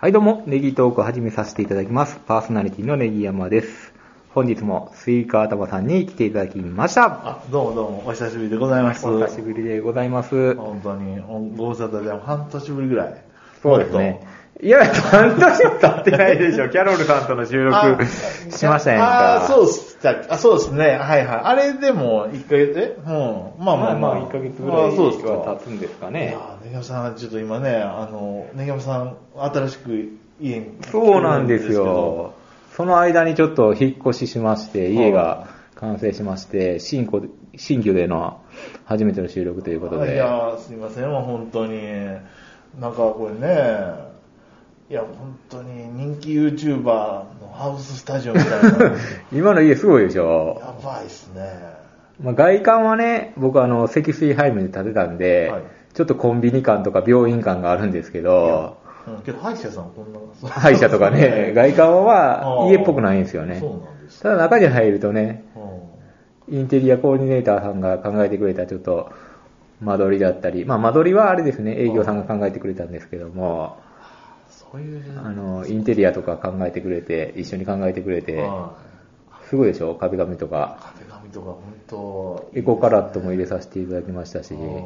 はいどうも、ネギトークを始めさせていただきます。パーソナリティのネギ山です。本日もスイカ頭さんに来ていただきました。 どうも、お久しぶりでございます。 お久しぶりでございます。 本当に、ご無沙汰で半年ぶりぐらい。 そうですね。いや、半年も経ってないでしょ。キャロルさんとの収録しましたやんか。 そうですね。はいはい。あれでも1ヶ月、まあ1 ヶ月ぐらいは経つんですかね。 ネギ山さん、ちょっと今ね、ネギ山さん、新しく家に。 そうなんですよ。その間にちょっと引っ越ししまして、家が完成しまして、新居での初めての収録ということで。 いや、すいません、本当に。なんかこれね、いや、本当に人気 YouTuber のハウススタジオみたいな。 今の家すごいでしょ。 やばいっすね。 まあ、外観はね、僕積水ハイムで建てたんで、はい、ちょっとコンビニ感とか病院感があるんですけど、 けど歯医者さんこんな歯医者とかね、外観は家っぽくないんですよね。 そうなんです。 ただ中に入るとね、インテリアコーディネーターさんが考えてくれたちょっと間取りだったり、まあ間取りはあれですね、営業さんが考えてくれたんですけども、 そういうインテリアとか考えてくれて、一緒に考えてくれて、すごいでしょ、壁紙とか。 壁紙とか本当、 エコカラットも入れさせていただきましたし。 ね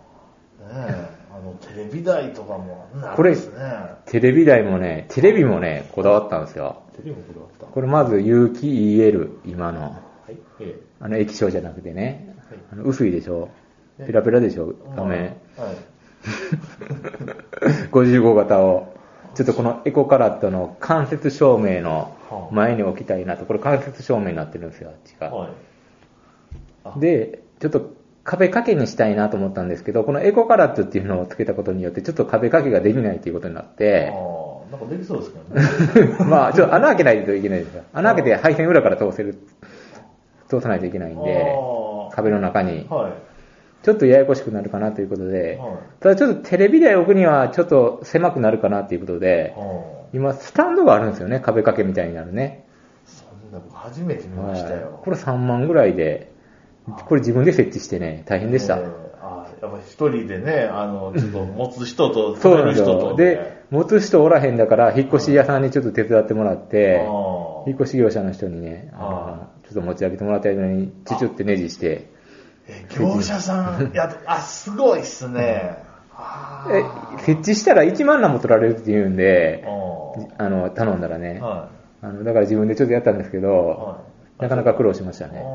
テレビ台とかもこれ、テレビ台もね、テレビもね、こだわったんですよ。 テレビもこだわった。 これまず有機 EL、今の。液晶じゃなくてね、薄いでしょ、ペラペラでしょ、画面。55型を。ちょっとこのエコカラットの間接照明の前に置きたいなと、これ間接照明になってるんですよ、あっちが。で、ちょっと壁掛けにしたいなと思ったんですけど、このエコカラットっていうのをつけたことによって、ちょっと壁掛けができないということになって、 なんかできそうですけどね。 まあ、ちょっと穴開けないといけないですよ。穴開けて配線裏から通さないといけないんで、壁の中に。ちょっとややこしくなるかなということで、ただちょっとテレビ台置くにはちょっと狭くなるかなということで、今スタンドがあるんですよね、壁掛けみたいになるね。 そんな僕初めて見ましたよ。 これ3万ぐらいで、これ自分で設置してね、大変でした。 やっぱ一人でね、ちょっと持つ人と止める人と、 で、持つ人おらへんだから、引っ越し屋さんにちょっと手伝ってもらって、引っ越し業者の人にね、ちょっと持ち上げてもらった間に、チュチュってネジして、 業者さん、すごいっすね。 設置したら1万なんも取られるって言うんで、頼んだらね、だから自分でちょっとやったんですけど、なかなか苦労しましたね。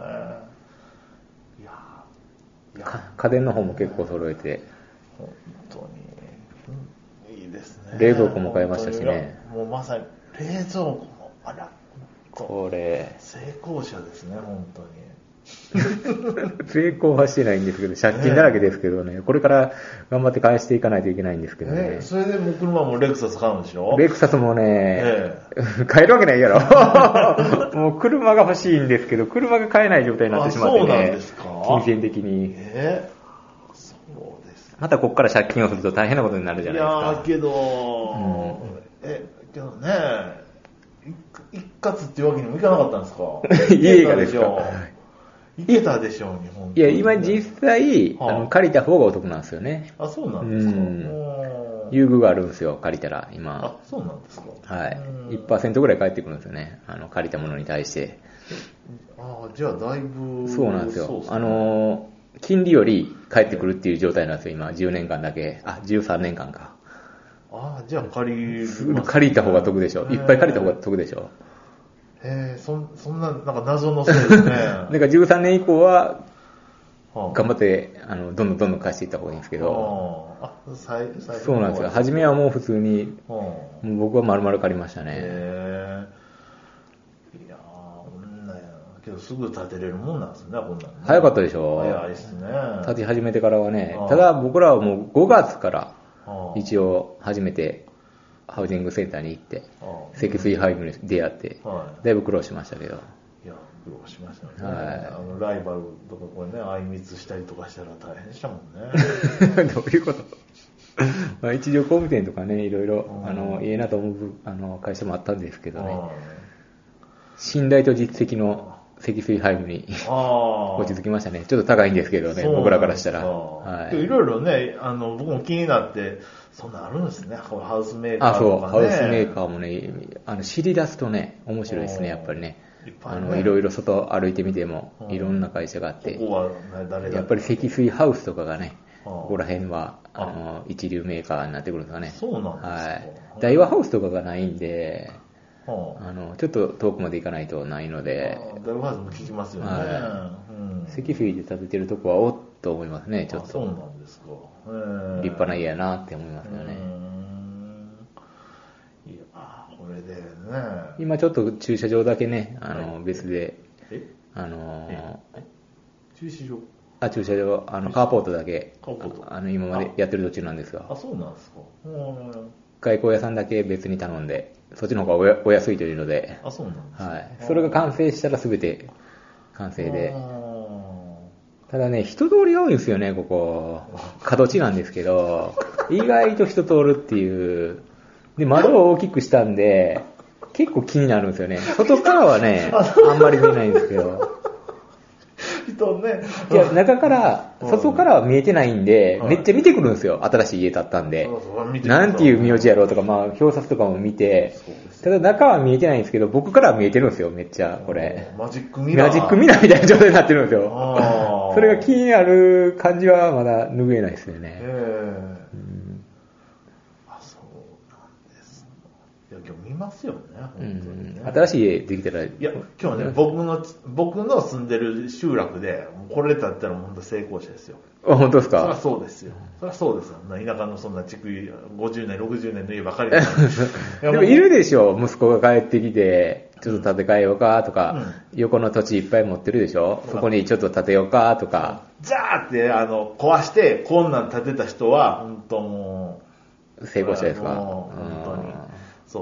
家電の方も結構揃えて、 本当にいいですね。 冷蔵庫も買いましたしね。 もうまさに冷蔵庫も、 これ成功者ですね、本当に。 成功はしてないんですけど、借金だらけですけどね、これから頑張って返していかないといけないんですけどね。 それでもう車もレクサス買うんでしょ？ レクサスもね、買えるわけないやろ。もう車が欲しいんですけど、車が買えない状態になってしまってね。 そうなんですか？ 金銭的に。 そうです。 またこっから借金をすると大変なことになるじゃないですか。 いやけど、けどね、一括っていうわけにもいかなかったんですか？ 家がですか？ いけたでしょう、日本。 いや、今実際、借りた方がお得なんですよね。 そうなんですか。 優遇があるんですよ、借りたら、今。 そうなんですか。 はい。1% ぐらい返ってくるんですよね。借りたものに対して。 じゃあだいぶ。 そうなんですよ。金利より返ってくるっていう状態なんですよ、今。10年間だけ。13年間か。 じゃあ借りた方が得でしょ。いっぱい借りた方が得でしょ。 そんな、なんか謎のせいですね。 だから13年以降は、頑張って、どんどん返していった方がいいんですけど。そうなんですよ。初めはもう普通に、もう僕は丸々借りましたね。 いやけどすぐ建てれるもんなんですね、こんなんね。 早かったでしょ。 早いですね。 建て始めてからはね。ただ僕らはもう5月から、一応初めて、ハウジングセンターに行って、積水ハイムに出会って、だいぶ苦労しましたけど。 いや、苦労しましたね。ライバルとかこれね、相密したりとかしたら大変でしたもんね。 どういうこと一条工務店とかね、いろいろ、いいなと思う、会社もあったんですけどね。信頼と実績の積水ハイムに落ち着きましたね。ちょっと高いんですけどね、僕らからしたら。 いろいろね、僕も気になって、 そんなあるんですね。ハウスメーカーとかね。 そう、ハウスメーカーもね、知り出すとね、面白いですね、やっぱりね。いろいろ外歩いてみても、いろんな会社があって、 ここは誰だやっぱり積水ハウスとかがね、ここら辺は、一流メーカーになってくるんですかね。 そうなんですか。 はい。大和ハウスとかがないんで、ちょっと遠くまで行かないとないので、 大和ハウスも聞きますよね。 積水で建ててるとこはおっと思いますね、ちょっと。 そうなんですか。 立派な家やなって思いますよね。 いや、これでね。 今ちょっと駐車場だけね、別で、 駐車場駐車場、カーポートだけ、今までやってる途中なんですが。 そうなんですか。 外交屋さんだけ別に頼んで、そっちの方がお安いというので、 そうなんですか。 はい。それが完成したら全て完成で。ただね、人通りが多いんですよね、ここ。角地なんですけど、意外と人通るっていう。で、窓を大きくしたんで、結構気になるんですよね。外からはね、あんまり見えないんですけど。 人ね。 いや、中から、外からは見えてないんで、めっちゃ見てくるんですよ。新しい家建ったんで。なんていう名字やろうとか、表札とかも見て、ただ中は見えてないんですけど、僕からは見えてるんですよ、めっちゃ、これ。 マジックミラーみたいな状態になってるんですよ。それが気になる感じはまだ拭えないですよね。 今日見ますよね、本当にね。 新しい家できたら。 いや、今日ね、僕の住んでる集落で、これだったら本当成功者ですよ。 本当ですか？ そりゃそうですよ。そりゃそうですよ。田舎のそんな築50年、60年の家ばかりでもいるでしょ、息子が帰ってきて、ちょっと建て替えようかとか、横の土地いっぱい持ってるでしょ、そこにちょっと建てようかとか。 ザーって壊して、こんなん建てた人は、本当もう。成功者ですか？ 本当に。そう。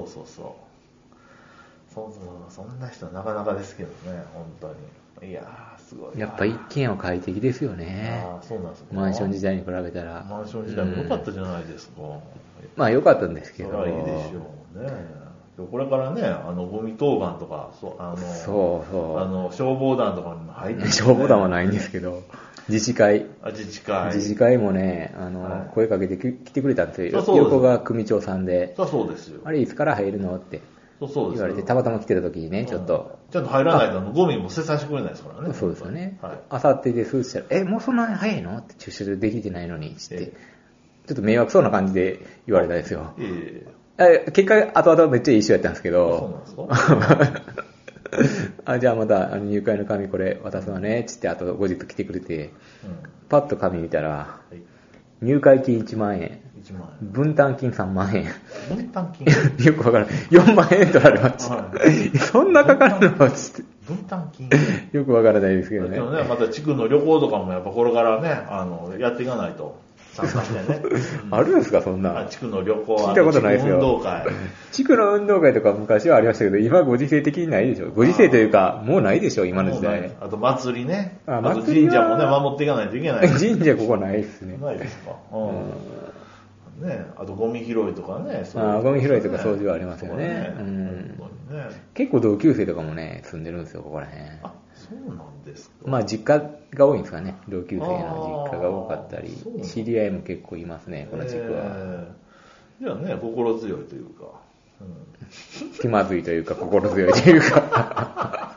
そんな人はなかなかですけどね、本当に。いやー、すごい。 やっぱ一軒は快適ですよね。 そうなんですか。 マンション時代に比べたら。 マンション時代も良かったじゃないですか。 良かったんですけど。 それはいいでしょうね。これからね、ゴミ当番とか、消防団とかにも入って、ね。 消防団はないんですけど。自治会もね、声かけて来てくれたんですよ。横が組長さんで。 そうですよ。 あれいつから入るのって言われて、たまたま来てた時にね、ちょっと入らないとゴミも切断してくれないですからね。 そうですよね。あさってですって言ったら、もうそんなに早いのって駐車場できてないのにって、ちょっと迷惑そうな感じで言われたんですよ。結果、後々めっちゃいい人やったんですけど、そうなんですか？じゃあまた入会の紙これ渡すわねっつって、あと後日来てくれて、パッと紙見たら、入会金1万円、分担金3万円、 分担金よくわからない、4万円取られました。そんなかかるのつって。 分担金よくわからないですけどね。 でもね、また地区の旅行とかもやっぱこれからね、やっていかないと。参加してね。 あるんですか、そんな。 地区の旅行、 聞いたことないですよ。 運動会。 地区の運動会とか昔はありましたけど、今ご時世的にないでしょ。ご時世というか、もうないでしょ、今の時代。 あと祭りね。あと神社もね、守っていかないといけない。 神社ここないですね。 ないですか。ね、あとゴミ拾いとかね。 ゴミ拾いとか掃除はありますよね。結構同級生とかもね、住んでるんですよ、ここら辺。 そうなんですか。 実家が多いんですかね。同級生の実家が多かったり、知り合いも結構いますね、この地区は。 じゃあね、心強いというか。 気まずいというか、心強いというか。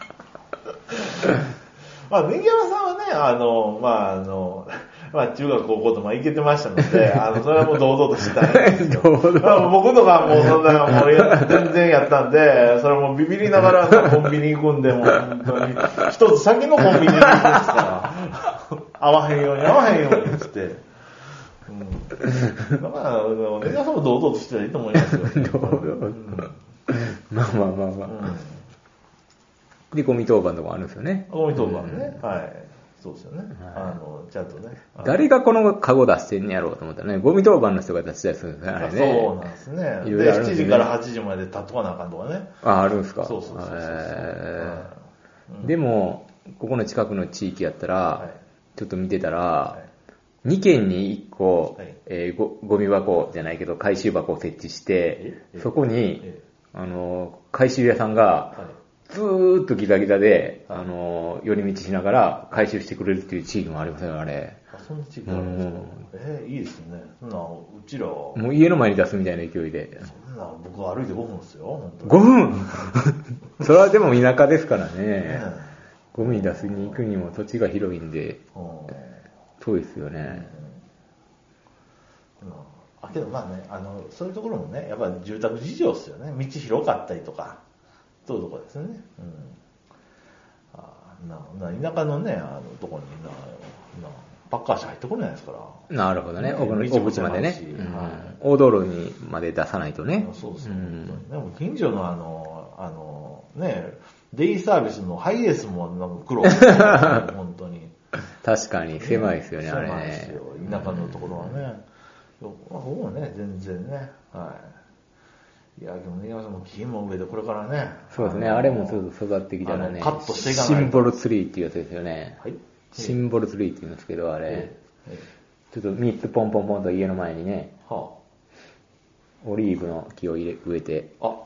ネギ山さんはね、中学高校と行けてましたので、それはもう堂々としてたんですよ。僕とかもうそんな、もう全然やったんで、それもビビりながらコンビニ行くんで、もう本当に、一つ先のコンビニに行くんですから、合わへんようにって。だから、ネギ山さんも堂々としてたらいいと思いますよ。 まあ。で、ゴミ当番とかあるんですよね。 ゴミ当番ね。はい。そうですよね。ちゃんとね。 誰がこのカゴ出してんやろうと思ったらね、ゴミ当番の人が出したりするんですね、あれね。 そうなんですね。で、7時から8時まで立っとかなあかんとかね。 あるんですか。 そう。 でも、ここの近くの地域やったら、ちょっと見てたら、2軒に1個、ゴミ箱じゃないけど、回収箱を設置して、そこに、回収屋さんが、 ずーっとギザギザで、寄り道しながら回収してくれるっていう地域もありますよ、あれ。 そんな地域あるんですか。いいですね。そんな、うちら。もう家の前に出すみたいな勢いで。 そんな、僕歩いて5分ですよ、本当に。 5分それはでも田舎ですからね。ゴミ出しに行くにも土地が広いんで、遠いですよね。 けどまあね、そういうところもね、やっぱり住宅事情ですよね。道広かったりとか、そういうところですね。田舎のね、ところにパッカー車入ってこれないですから。 なるほどね。奥口までね。大道路にまで出さないとね。 そうですね。でも近所のね、デイサービスのハイエースもなんか苦労してる本当に。 確かに狭いですよね、あれね。 狭いですよ。田舎のところはね。ここはね、全然ね。いや、でもね、山さんも木も上でこれからね。 そうですね、あれもちょっと育ってきたらね。 カットしていかないシンボルツリーっていうやつですよね。 はい。 シンボルツリーって言うんですけど、あれ。ちょっと3つポンポンポンと家の前にね、オリーブの木を植えて。 はい。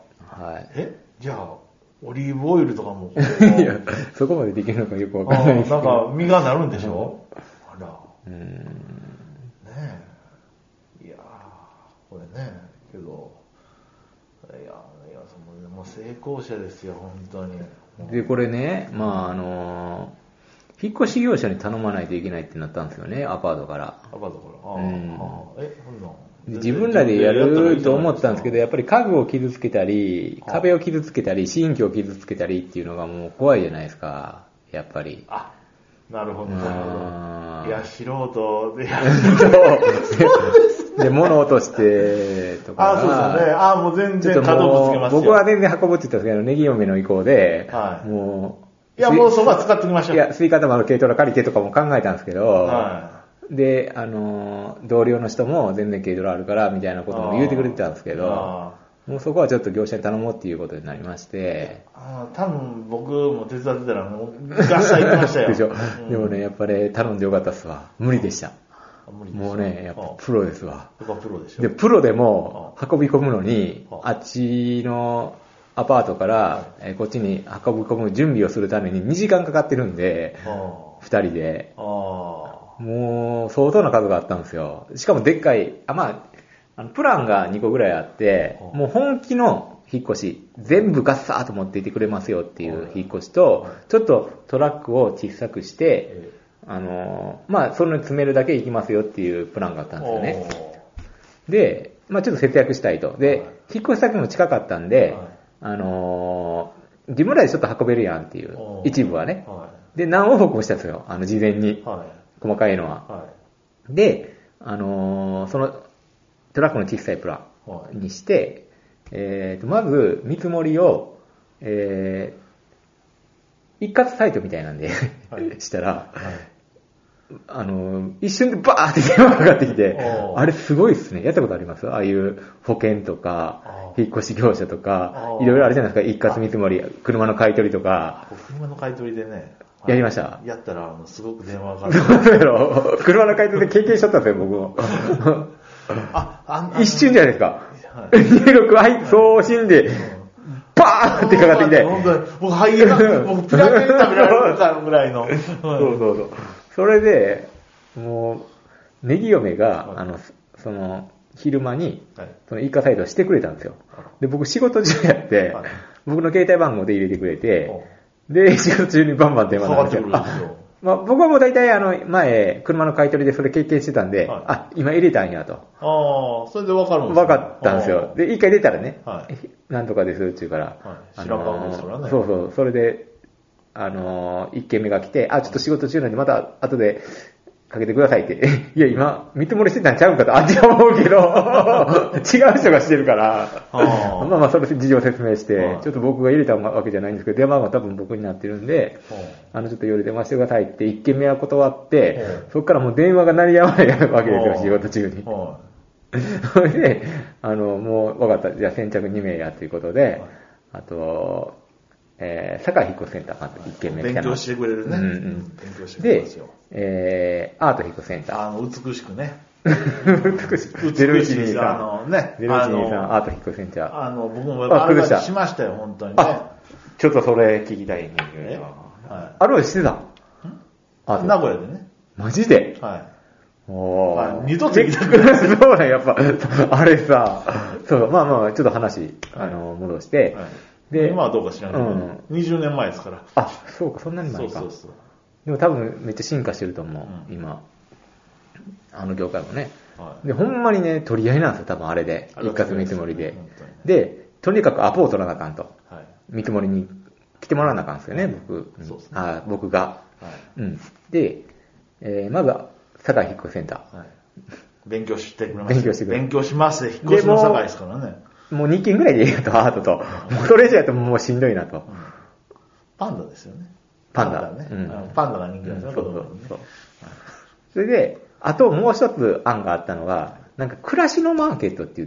じゃあ、オリーブオイルとかもいや、そこまでできるのかよくわかんないですけど。 なんか実がなるんでしょあら。ねえ。いやこれね、けど、いや、もう成功者ですよ、本当に。 で、これね、引っ越し業者に頼まないといけないってなったんですよね、アパートから。 アパートから。 自分らでやると思ったんですけど、やっぱり家具を傷つけたり、壁を傷つけたり、新居を傷つけたりっていうのがもう怖いじゃないですか、やっぱり。 なるほど、なるほど。いや、素人でやるで、物落としてとか。 そうですね。もう全然角ぶつけますよ。 僕は全然運ぶって言ったんですけど、ネギ嫁の意向で、もう、 いや、もうそば使ってきましょう。 いや、吸い方もある軽トラ借りてとかも考えたんですけど、で、同僚の人も全然軽トラあるから、みたいなことも言うてくれてたんですけど、もうそこはちょっと業者に頼もうっていうことになりまして。 多分僕も手伝ってたら、もうガッサリ行きましたよ。 でしょ。でもね、やっぱり頼んでよかったっすわ。無理でした。もうね、やっぱプロですわ。 プロでしょ。 で、プロでも運び込むのに、あっちのアパートからこっちに運び込む準備をするために2時間かかってるんで、2人で。もう相当な数があったんですよ。しかもでっかい、プランが2個ぐらいあって、もう本気の引っ越し、全部ガッサーと持っていってくれますよっていう引っ越しと、ちょっとトラックを小さくして、それに詰めるだけ行きますよっていうプランがあったんですよね。で、ちょっと節約したいと。で、引っ越し先も近かったんで、自分らでちょっと運べるやんっていう、一部はね。で、何往復もしたんですよ、事前に。細かいのは。で、そのトラックの小さいプランにして、まず見積もりを、一括サイトみたいなんでしたら、一瞬でバーって電話かかってきて、あれすごいっすね。やったことあります？ああいう保険とか、引っ越し業者とか、いろいろあるじゃないですか。一括見積もり、車の買い取りとか。 車の買い取りでね、 やりました。 やったら、すごく電話がかかってどうやろう？車の買い取りで経験しちゃったんですよ、僕も。一瞬じゃないですか。入力、送信で、バーンってかかってきて。 本当に、僕、ハイエナ、僕、ピラメン食べられるかぐらいの。 そう。それで、もう、ネギ嫁が、昼間に、その一家サイトをしてくれたんですよ。で、僕仕事中やって、僕の携帯番号で入れてくれて、で、仕事中にバンバン電話なんですよ。僕はもう大体前、車の買い取りでそれ経験してたんで、今入れたんやと。 それで分かるんですか？ 分かったんですよ。で、一回出たらね、なんとかですって言うから、 知らんかもですからね。 そう、それで、一件目が来て、ちょっと仕事中なんでまた後でかけてくださいって。いや、今、見積もりしてたんちゃうかと、あっちは思うけど、違う人がしてるから、それ事情説明して、ちょっと僕が入れたわけじゃないんですけど、電話が多分僕になってるんで、ちょっと夜電話してくださいって、1件目は断って、そこからもう電話が鳴りやまないわけですよ、仕事中に。それで、もう分かった、じゃあ先着2名やということで、あと、堺引っ越しセンター、1軒目勉強してくれるね。勉強してくれますよ。 で、アート引っ越しセンター。美しくね。 美しく。0123。0123、アート引っ越しセンター。 僕もあれしましたよ、本当にね。 ちょっとそれ聞きたいねんけど。アロエしてた？ 名古屋でね。 マジで？ はい。 おー。二度と行きたくない。 そうね、やっぱ、あれさ、そう、まあまあ、ちょっと話、戻して、 で、今はどうか知らないけど、20年前ですから。 あ、そうか、そんなに前か。そう。でも多分めっちゃ進化してると思う、今。業界もね。で、ほんまにね、取り合いなんですよ、多分あれで。一括見積もりで。で、とにかくアポを取らなあかんと。見積もりに来てもらわなあかんですよね、僕が。で、まずは、堺引っ越しセンター。 勉強してくれます。 勉強します。引っ越しの堺ですからね。 もう2軒ぐらいでいいやと、アートと。もうそれ以上やともうしんどいなと。 パンダですよね。 パンダね。パンダが人気なんですね、子供にね。 それで、あともう一つ案があったのが、なんか暮らしのマーケットって言って、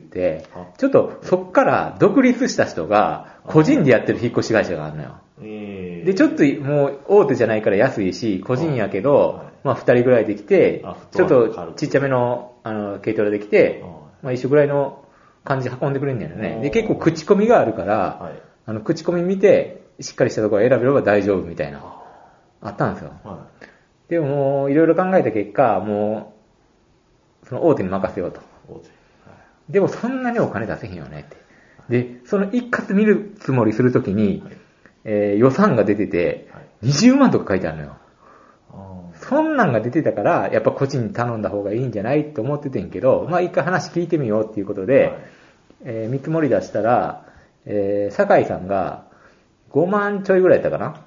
ちょっとそっから独立した人が個人でやってる引っ越し会社があるのよ。で、ちょっともう大手じゃないから安いし、個人やけど、まあ2人ぐらいできて、ちょっとちっちゃめの軽トラできて、まあ一緒ぐらいの感じで運んでくれるんだよね。で、結構口コミがあるから、口コミ見て、しっかりしたところを選べれば大丈夫みたいな、あったんですよ。でももういろいろ考えた結果、もう、その大手に任せようと。でもそんなにお金出せへんよねって。で、その一括見るつもりするときに、予算が出てて、20万とか書いてあるのよ。そんなんが出てたから、やっぱこっちに頼んだ方がいいんじゃないと思っててんけど、まあ一回話聞いてみようっていうことで、見積もり出したら、堺さんが5万ちょいぐらいやったかな。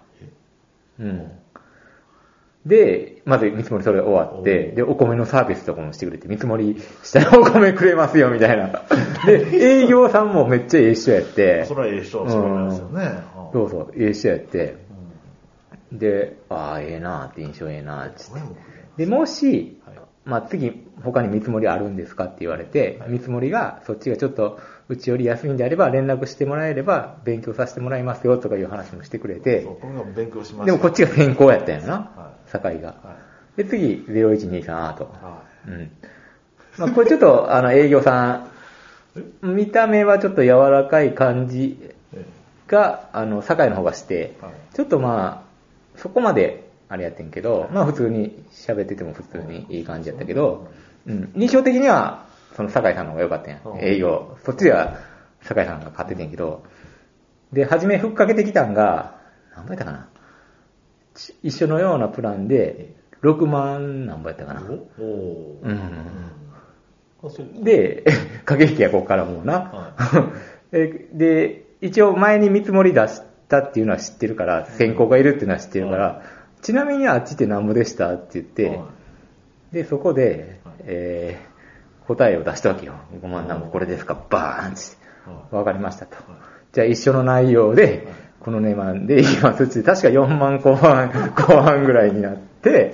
で、まず見積もりそれ終わって、で、お米のサービスとかもしてくれて、見積もりしたらお米くれますよ、みたいな。で、営業さんもめっちゃええ人やって。 それはええ人、そうなんですよね。 そうそう、ええ人やって。で、ええなーって印象ええなーって。で、もし、まあ次、他に見積もりあるんですかって言われて、見積もりが、そっちがちょっと、うちより安いんであれば、連絡してもらえれば、勉強させてもらいますよ、とかいう話もしてくれて。 そう、これが勉強します。 でもこっちが先行やったんやな。堺が。で、次、0123アート。まあ、これちょっと、営業さん、見た目はちょっと柔らかい感じが、堺の方がして、ちょっとまあ、そこまで、あれやってんけど、まあ普通に喋ってても普通にいい感じやったけど、印象的には、その堺さんの方が良かったんや。営業。そっちでは堺さんが買っててんけど、で、初めふっかけてきたんが、何倍やったかな。一緒のようなプランで、6万何倍やったかな。で、駆け引きやここからもうな。で、一応前に見積もり出したっていうのは知ってるから、先行がいるっていうのは知ってるから、ちなみにあっちって何ぼでしたって言って、で、そこで、答えを出したわけよ。5万何ぼこれですかバーンって。わかりましたと。じゃあ一緒の内容で、この値段でいきますって、確か4万後半ぐらいになって、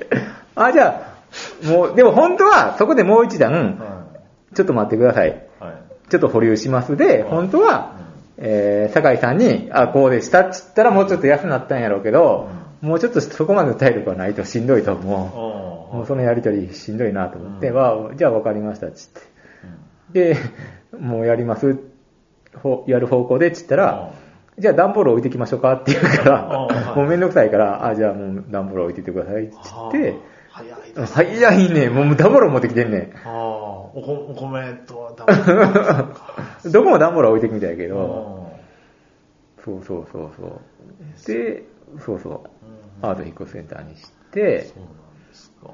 じゃあ、もう、でも本当はそこでもう一段、ちょっと待ってください。ちょっと保留しますで、本当は、堺さんに、こうでしたって言ったらもうちょっと安くなったんやろうけど、もうちょっとそこまでの体力がないとしんどいと思う。もうそのやりとりしんどいなと思って、じゃあ分かりましたって言って。で、もうやります、やる方向でって言ったら、じゃあ段ボール置いてきましょうかって言うから、もうめんどくさいから、じゃあもう段ボール置いててくださいって言って、早いね。もう段ボール持ってきてんねん。 お米とは段ボール。 どこも段ボール置いてくみたいやけど、そう。で、そう。アート引っ越しセンターにして、 そうなんですか。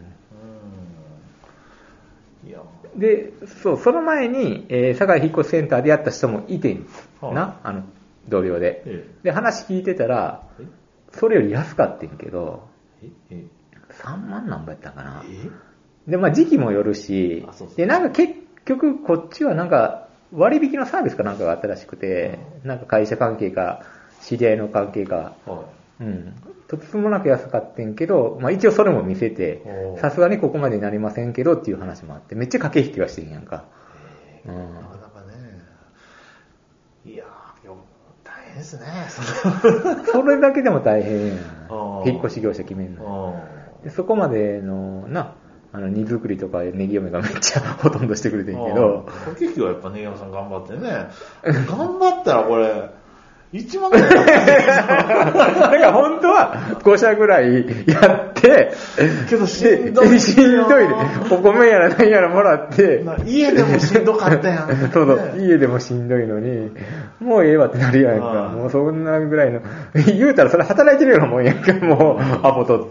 で、その前に、堺引っ越しセンターでやった人もいてんな、同僚で。で、話聞いてたら、それより安かってんけど、3万何倍やったかな。で、まあ時期もよるし、で、なんか結局こっちはなんか割引のサービスかなんかがあったらしくて、なんか会社関係か、知り合いの関係か、とてつもなく安かってんけど、まあ一応それも見せて、さすがにここまでになりませんけどっていう話もあって、めっちゃ駆け引きはしてんやんか。 なかなかね。いや大変ですね。 それだけでも大変やん。引っ越し業者決めんの。でそこまでの荷造りとかネギ嫁がめっちゃほとんどしてくれてんけど。 駆け引きはやっぱネギ嫁さん頑張ってね。頑張ったらこれ、 1万ぐらいだから本当は5社ぐらいやって、 けどしんどいで。 しんどいで。お米やら何やらもらって。 家でもしんどかったやん。 そうそう、家でもしんどいのに、もうええわってなるやんか。もうそんなぐらいの、言うたらそれ働いてるようなもんやんか、もう、アポ取って。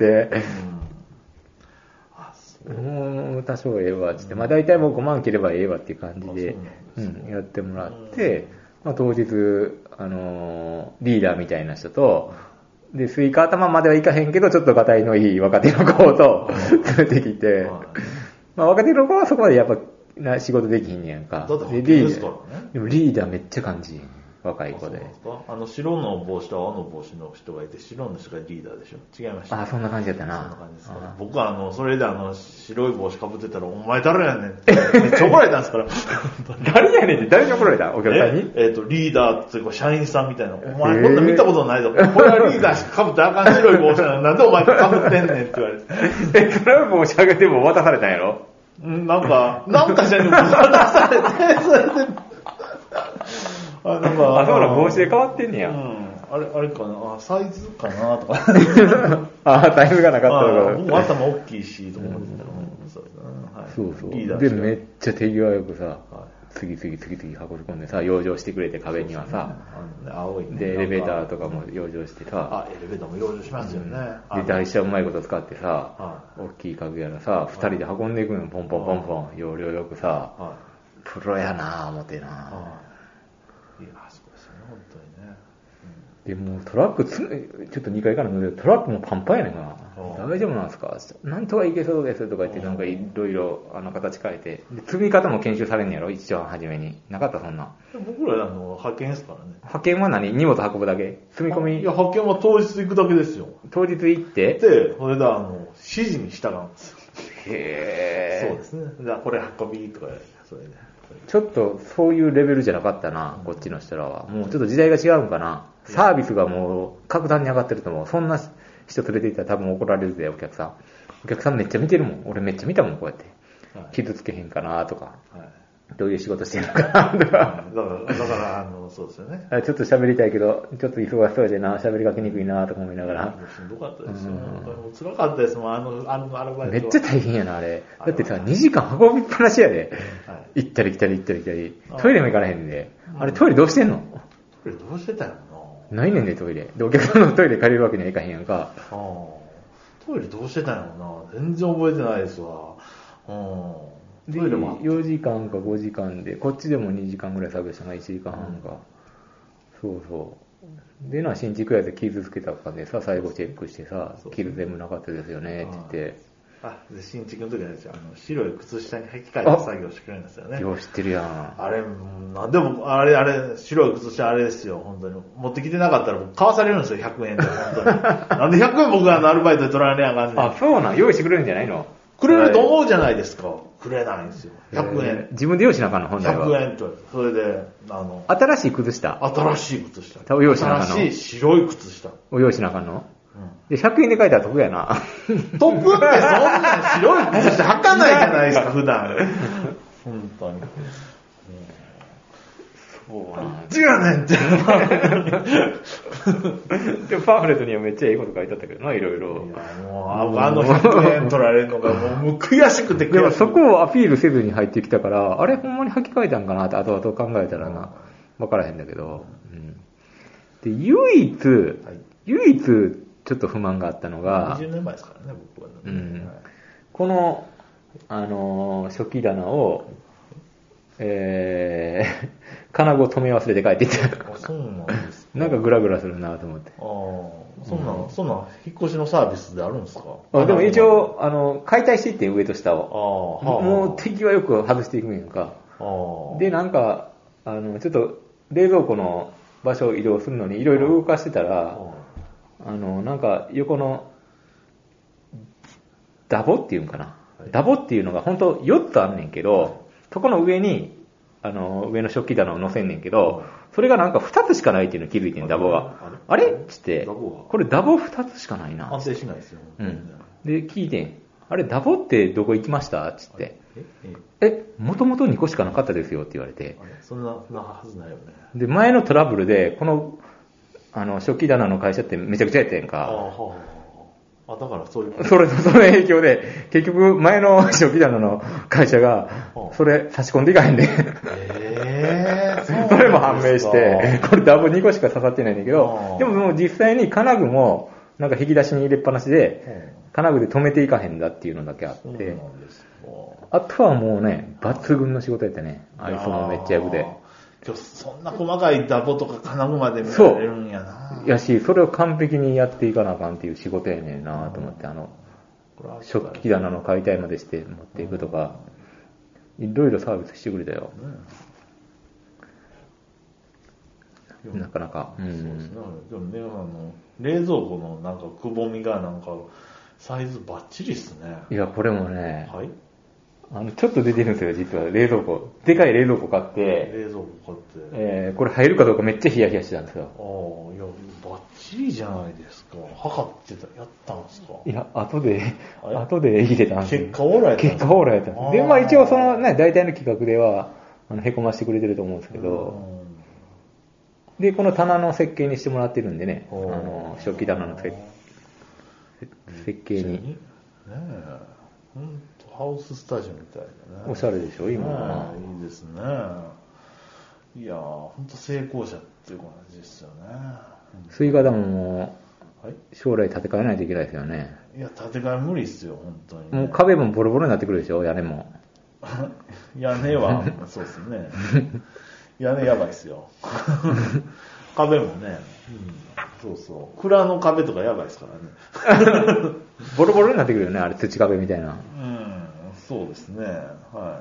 もう多少ええわってって、まあ大体もう5万切ればええわっていう感じで、やってもらって、まあ当日、リーダーみたいな人と、で、スイカ頭まではいかへんけど、ちょっとがたいのいい若手の子と連れてきて、まあ若手の子はそこまでやっぱ仕事できひんねやんか。でもリーダーめっちゃ感じいい。若い子で。 白の帽子と青の帽子の人がいて、白の人がリーダーでしょ。違いました、 あ、そんな感じだったな。 そんな感じですか。僕はそれで白い帽子かぶってたら、お前誰やねんって、めっちゃ怒られたんですから。 誰やねんって誰に怒られたお客さんにリーダーって社員さんみたいな。お前こんな見たことないぞ。これはリーダーしかかぶってあかん白い帽子なの。なんでお前かぶってんねんって言われて。 それは帽子あげても渡されたんやろなんかじゃに渡されて、それで。 そうな帽子で変わってんねや。 あれかな、サイズかなとか。 サイズがなかったとか。 僕頭大きいし、とか思ってたら、 そうそう。で、めっちゃ手際よくさ、次々運び込んでさ、養生してくれて壁にはさ、で、エレベーターとかも養生してさ、 エレベーターも養生しますよね。 で、台車うまいこと使ってさ、大きい家具やらさ、二人で運んでいくの、ポンポンポンポン、要領よくさ、プロやなぁ、思ってな。 いや、そうですよね、本当にね。 でもトラックちょっと2階から乗るトラックもパンパンやねんが、大丈夫なんですかなんとかいけそうですとか言って、なんかいろいろ形変えて、で積み方も研修されんねやろ、一番初めに。なかったそんな。 僕ら派遣ですからね。 派遣は何？荷物運ぶだけ？積み込み？ いや、派遣は当日行くだけですよ。 当日行って？ で、それで指示に従うんですよ。 へー。そうですね。じゃあこれ運びとか、それで。 ちょっとそういうレベルじゃなかったな、こっちの人らは。もうちょっと時代が違うんかな。サービスがもう格段に上がってると思う。そんな人連れて行ったら多分怒られるぜ、お客さん。お客さんめっちゃ見てるもん。俺めっちゃ見たもん、こうやって。傷つけへんかなとか。どういう仕事してるのかなとか。だからそうですよね。 ちょっと喋りたいけど、ちょっと忙しそうでな、喋りかけにくいなとか思いながら。 しんどかったですよ。辛かったですもん、アルバイト。 めっちゃ大変やな、あれ。だってさ、2時間運びっぱなしやで。行ったり来たり。トイレも行かれへんで。あれトイレどうしてんの？ トイレどうしてたんやろな。ないねんで、トイレ。で、お客さんのトイレ借りるわけにはいかへんやんか。 トイレどうしてたんやろな。全然覚えてないですわ。 で、4時間か5時間で、こっちでも2時間ぐらい作業したのが1時間半か。そうそう。で新築やで傷つけたかでさ、最後チェックしてさ、傷全部なかったですよねって言って。 で新築の時は白い靴下に履き替えて作業してくれるんですよね。 よう知ってるやん。 あれ、なんでも、あれ、白い靴下あれですよ、本当に。持ってきてなかったら買わされるんですよ、100円で、本当に。なんで100円僕がアルバイトで取られねえあかんねん。 そうなん、用意してくれるんじゃないの？ くれると思うじゃないですか。くれないんですよ。100円。 自分で用意しなあかんの、本来は。 100円と。それで、 新しい靴下。 新しい靴下。 用意しなあかんの。 新しい白い靴下。 を用意しなあかんの？で、100円で買えたら得やな。 得ってそんな白い靴下履かないじゃないですか、普段。本当に。そうなん違うねんって。 でもパンフレットにはめっちゃいいこと書いてあったけどな、いろいろ。 もう100円取られるのがもう悔しくて悔しくて。 でもそこをアピールせずに入ってきたから、あれほんまに履き替えたんかなって後々考えたらな、わからへんだけど。で、唯一、ちょっと不満があったのが、 20年前ですからね、僕は、 この、食器棚を、金具を止め忘れて帰っていった。 そうなんですか。 なんかグラグラするなと思って。 そんな引っ越しのサービスであるんですか？ でも一応、解体していって上と下を。もう敵はよく外していくんやんか。で、なんか、ちょっと冷蔵庫の場所を移動するのにいろいろ動かしてたら、なんか横のダボっていうんかな、ダボっていうのが本当4つあんねんけど、そこの上に上の食器棚を乗せんねんけど、それがなんか2つしかないっていうの気づいてん、ダボが。あれっつって、これダボ2つしかないな。 安定しないですよ。 で聞いてん、あれダボってどこ行きましたっつって、もともと2個しかなかったですよって言われて。 そんなはずないよね。 で前のトラブルでこの食器棚の会社ってめちゃくちゃやったやんか。 だからそういうこと。 その影響で、結局前の食器棚の会社が、それ差し込んでいかへんで。それも判明して、これダブ2個しか刺さってないんだけど、でももう実際に金具も、なんか引き出しに入れっぱなしで、金具で止めていかへんだっていうのだけあって、あとはもうね、抜群の仕事やったね。愛想もめっちゃよくて。 そんな細かいダボとか金具まで見られるんやな。 やし、それを完璧にやっていかなあかんっていう仕事やねんなと思って、食器棚の解体までして持っていくとか、いろいろサービスしてくれたよ。なかなか。 そうですね。でもね、冷蔵庫のなんかくぼみがなんか、サイズバッチリっすね。 いや、これもね、 はい。 ちょっと出てるんですよ、実は。冷蔵庫。でかい冷蔵庫買って、 冷蔵庫買って。 これ入るかどうかめっちゃヒヤヒヤしてたんですよ。 いや、バッチリじゃないですか。測ってやったんですか。 いや、後で入れたんですよ。 結果オーライやったんですか。 結果オーライやったんです。で、まあ一応そのね、大体の企画では、へこましてくれてると思うんですけど、で、この棚の設計にしてもらってるんでね、食器棚の設計に。 ねえ。ハウススタジオみたいなね。 おしゃれでしょ、今は。 いいですね。いやー、ほんと成功者っていう感じですよね。 吸い方も将来建て替えないといけないですよね。 いや、建て替え無理っすよ、本当に、ね。 もう壁もボロボロになってくるでしょ、屋根も。 屋根は、そうですね。屋根やばいっすよ。壁もね、そうそう。蔵の壁とかやばいっすからね。 ボロボロになってくるよね、あれ、土壁みたいな。 そうですね。はい。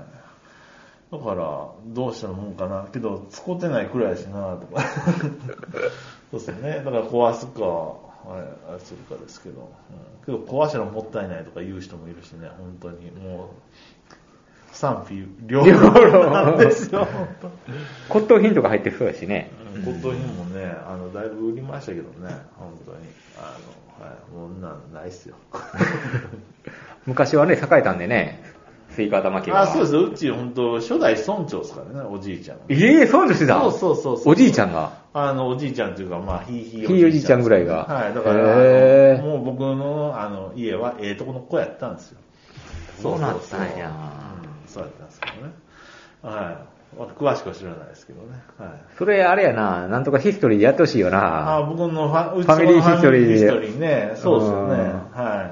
だから、どうしたもんかな。けど、使ってないくらいやしな、とか。そうですね。だから壊すか、あれするかですけど。けど、壊したらもったいないとか言う人もいるしね、本当に。もう、賛否両論なんですよ。 骨董品とか入ってそうやしね。 骨董品もね、だいぶ売りましたけどね、本当に。もうないっすよ。 昔はね、栄えたんでね、スイカ玉家は。 そうです。うち本当初代村長ですからね、おじいちゃん。 村長してた。 そう。 おじいちゃんが。 おじいちゃんというか、まあ、ひいおじいちゃんぐらいが。 はい、だから、もう僕の、家はとこの子やったんですよ。 そうなったんや。 そうやったんですけどね。はい。詳しくは知らないですけどね。はい。 それ、あれやな、なんとかヒストリーでやってほしいよな。 僕のファミリーヒストリーで。 ヒストリーね。そうですよね。はい。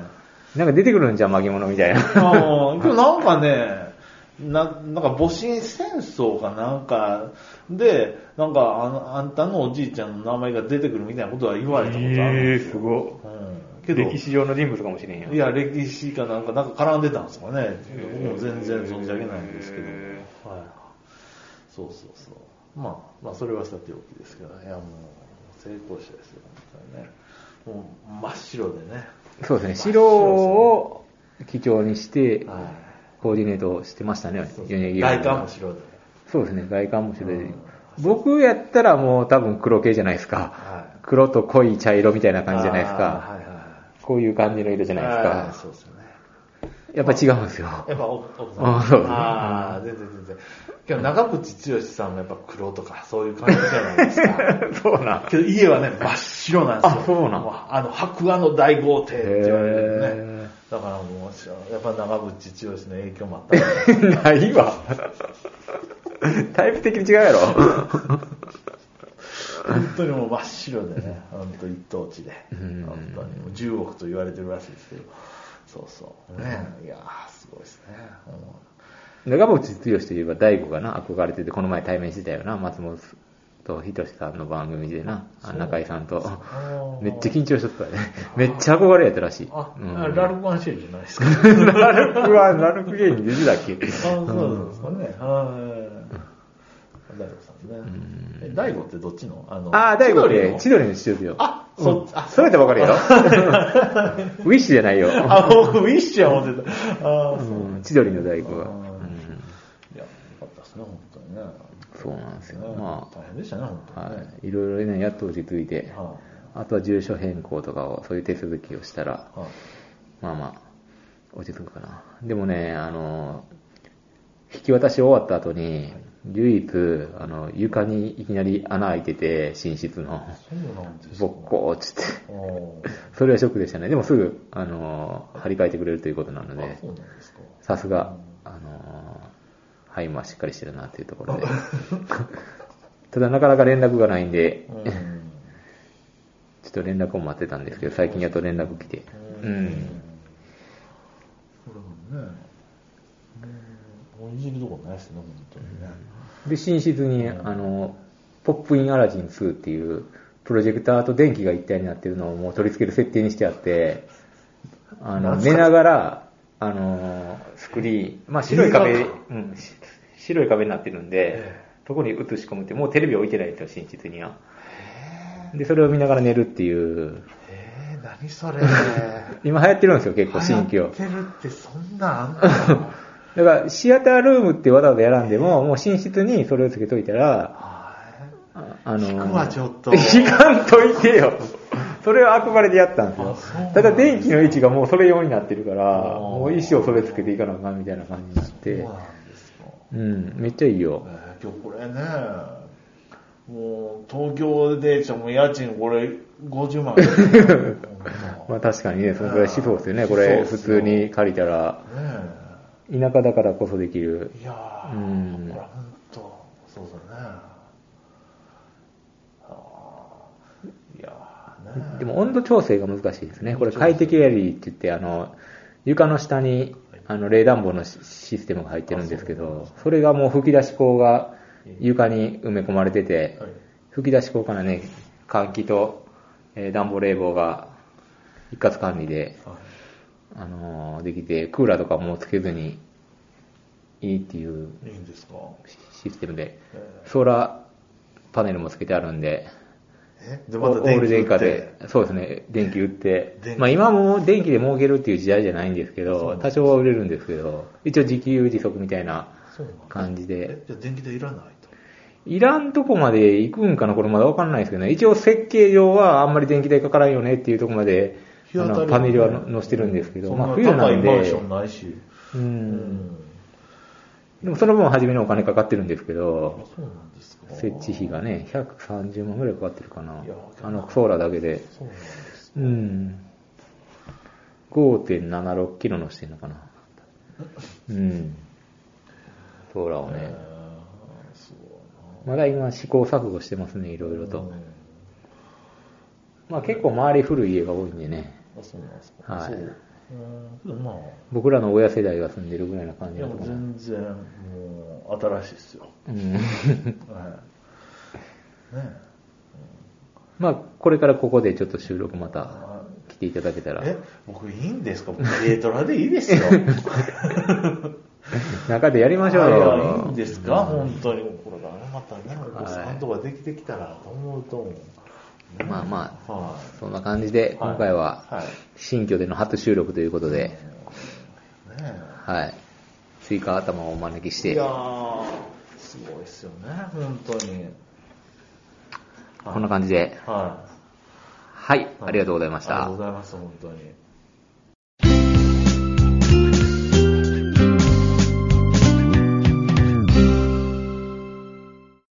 なんか出てくるんじゃん、巻物みたいな。 今日なんかね、なんか戊辰戦争かなんかで、なんかあんたのおじいちゃんの名前が出てくるみたいなことは言われたことあるんですよ。 すごい。けど歴史上の人物かもしれんよ。 いや、歴史かなんか絡んでたんですかね。僕も全然存じ上げないんですけど。はい。そう。まあ、それはさておきですけど、いや、もう、成功者ですよ、本当にね。もう、真っ白でね。 そうですね、白を基調にして、コーディネートしてましたね、 外観も白で。 そうですね、外観も白で。僕やったらもう多分黒系じゃないですか。黒と濃い茶色みたいな感じじゃないですか。こういう感じの色じゃないですか。 そうですよね。 やっぱ違うんですよ。 やっぱ奥さん。そうですね。全然。けど長渕剛さんもやっぱ黒とかそういう感じじゃないですか。 そうなん。 けど家はね、真っ白なんですよ。 そうなん。 白亜の大豪邸って言われるね。だからもう、やっぱ長渕剛の影響もあった。 ないわ。タイプ的に違うやろ。 本当にもう真っ白でね、本当一等地で。本当にもう10億と言われてるらしいですけど。そうね。いやー、すごいですね。 長渕剛といえば大悟がな、憧れてて、この前対面してたよな、松本と仁さんの番組でな、中井さんと。めっちゃ緊張しとったね。めっちゃ憧れやったらしい。 ラルクワンシェルじゃないですか。 ラルクゲーに出てたっけ。 そうですかね。大悟さんね。大悟ってどっちの大悟って千鳥の千鳥よ。それってわかるよ。ウィッシュじゃないよ。 僕ウィッシュは思ってた。 千鳥の大悟が。 いや、よかったですね、本当にね。 そうなんですよ。まあ、大変でしたね、本当にね。 いろいろね、やっと落ち着いて、あとは住所変更とかを、そういう手続きをしたら、まあ、落ち着くかな。でもね、引き渡し終わった後に、 唯一、床にいきなり穴開いてて、寝室の。 そうなんですか。 ボッコーっつって。それはショックでしたね。でもすぐ、張り替えてくれるということなので、さすが、はい、まあしっかりしてるなっていうところで。ただなかなか連絡がないんで、ちょっと連絡を待ってたんですけど、最近やっと連絡来て。 それもね、もういじるとこないですね、本当にね。 で、寝室に、ポップインアラジン2っていう、プロジェクターと電気が一体になってるのをもう取り付ける設定にしてあって、寝ながら、スクリーン、まあ白い壁になってるんで、そこに映し込むって、もうテレビ置いてないんですよ、寝室には。で、それを見ながら寝るっていう。 何それ。 今流行ってるんですよ、結構新規を。 流行ってるってそんなあんのだから、シアタールームってわざわざやらんでも、もう寝室にそれをつけといたら、 引くわ、ちょっと。 引かんといてよ。それを憧れでやったんですよ。ただ電気の位置がもうそれ用になってるから、もう一生それつけていかなあかんみたいな感じになって。 そうなんですか。 めっちゃいいよ。 今日これね、もう東京でもう家賃これ50万。 まあ確かにね、そのぐらいしそうですよね。これ普通に借りたら。田舎だからこそできる。 いやー、これ本当、そうだね。いやーね。 でも温度調整が難しいですね。これ快適エアリーって言って、床の下に冷暖房のシステムが入ってるんですけど、それがもう吹き出し口が床に埋め込まれてて、吹き出し口からね、換気と暖房冷房が一括管理で、できて、クーラーとかもつけずにいいっていうシステムで、ソーラーパネルもつけてあるんで、オール電化で、そうですね、電気売って、まあ今も電気で儲けるっていう時代じゃないんですけど、多少は売れるんですけど、一応自給自足みたいな感じで。 じゃあ電気代いらないと。 いらんとこまで行くんかな、これまだわかんないですけどね。一応設計上はあんまり電気代かからんよねっていうとこまで、パネルは載せてるんですけど、まあ冬なんで、でもその分初めにお金かかってるんですけど、設置費がね、130万ぐらいかかってるかな。ソーラーだけで。5.76 キロのしてるのかな。ソーラーをね。まだ今試行錯誤してますね、いろいろと。まあ結構周り古い家が多いんでね。 そうなんですか。はい。 僕らの親世代が住んでるぐらいな感じだと思う。 全然もう新しいですよ。 まあこれからここでちょっと収録また来ていただけたら。 僕いいんですか？軽トラでいいですよ。 中でやりましょうよ。 いいんですか？本当にこれからまたね、お子さんとかできてきたらと思うと。 まあまあ、そんな感じで、今回は、新居での初収録ということで、はい。追加頭をお招きして。 いやー、すごいですよね、本当に。 こんな感じで。はい。ありがとうございました。 ありがとうございます、本当に。